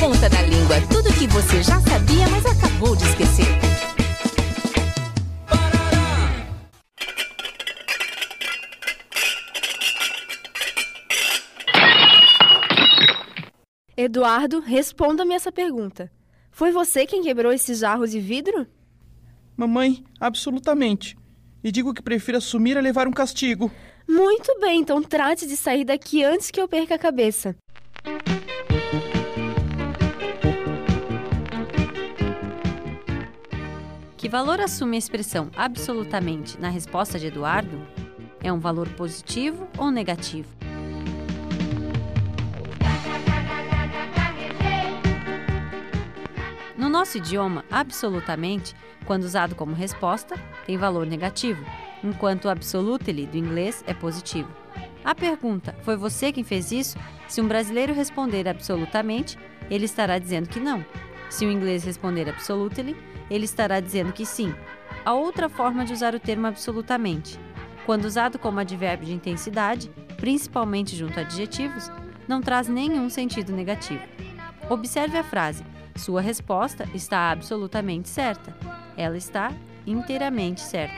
ponta da língua, tudo que você já sabia, mas acabou de esquecer. Eduardo, responda-me essa pergunta. Foi você quem quebrou esses jarros de vidro? Mamãe, absolutamente. E digo que prefiro assumir a levar um castigo. Muito bem, então trate de sair daqui antes que eu perca a cabeça. Que valor assume a expressão absolutamente na resposta de Eduardo? É um valor positivo ou negativo? No nosso idioma, absolutamente, quando usado como resposta, tem valor negativo, enquanto o absolutely do inglês é positivo. A pergunta, foi você quem fez isso? Se um brasileiro responder absolutamente, ele estará dizendo que não. Se o inglês responder absolutely, ele estará dizendo que sim. A outra forma de usar o termo absolutamente, quando usado como advérbio de intensidade, principalmente junto a adjetivos, não traz nenhum sentido negativo. Observe a frase: sua resposta está absolutamente certa. Ela está inteiramente certa.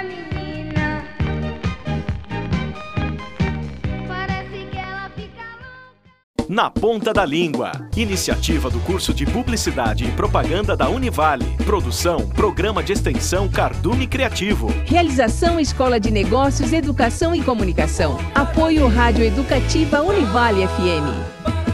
Na Ponta da Língua. Iniciativa do curso de Publicidade e Propaganda da Univale. Produção, Programa de Extensão Cardume Criativo. Realização Escola de Negócios, Educação e Comunicação. Apoio Rádio Educativa Univale FM.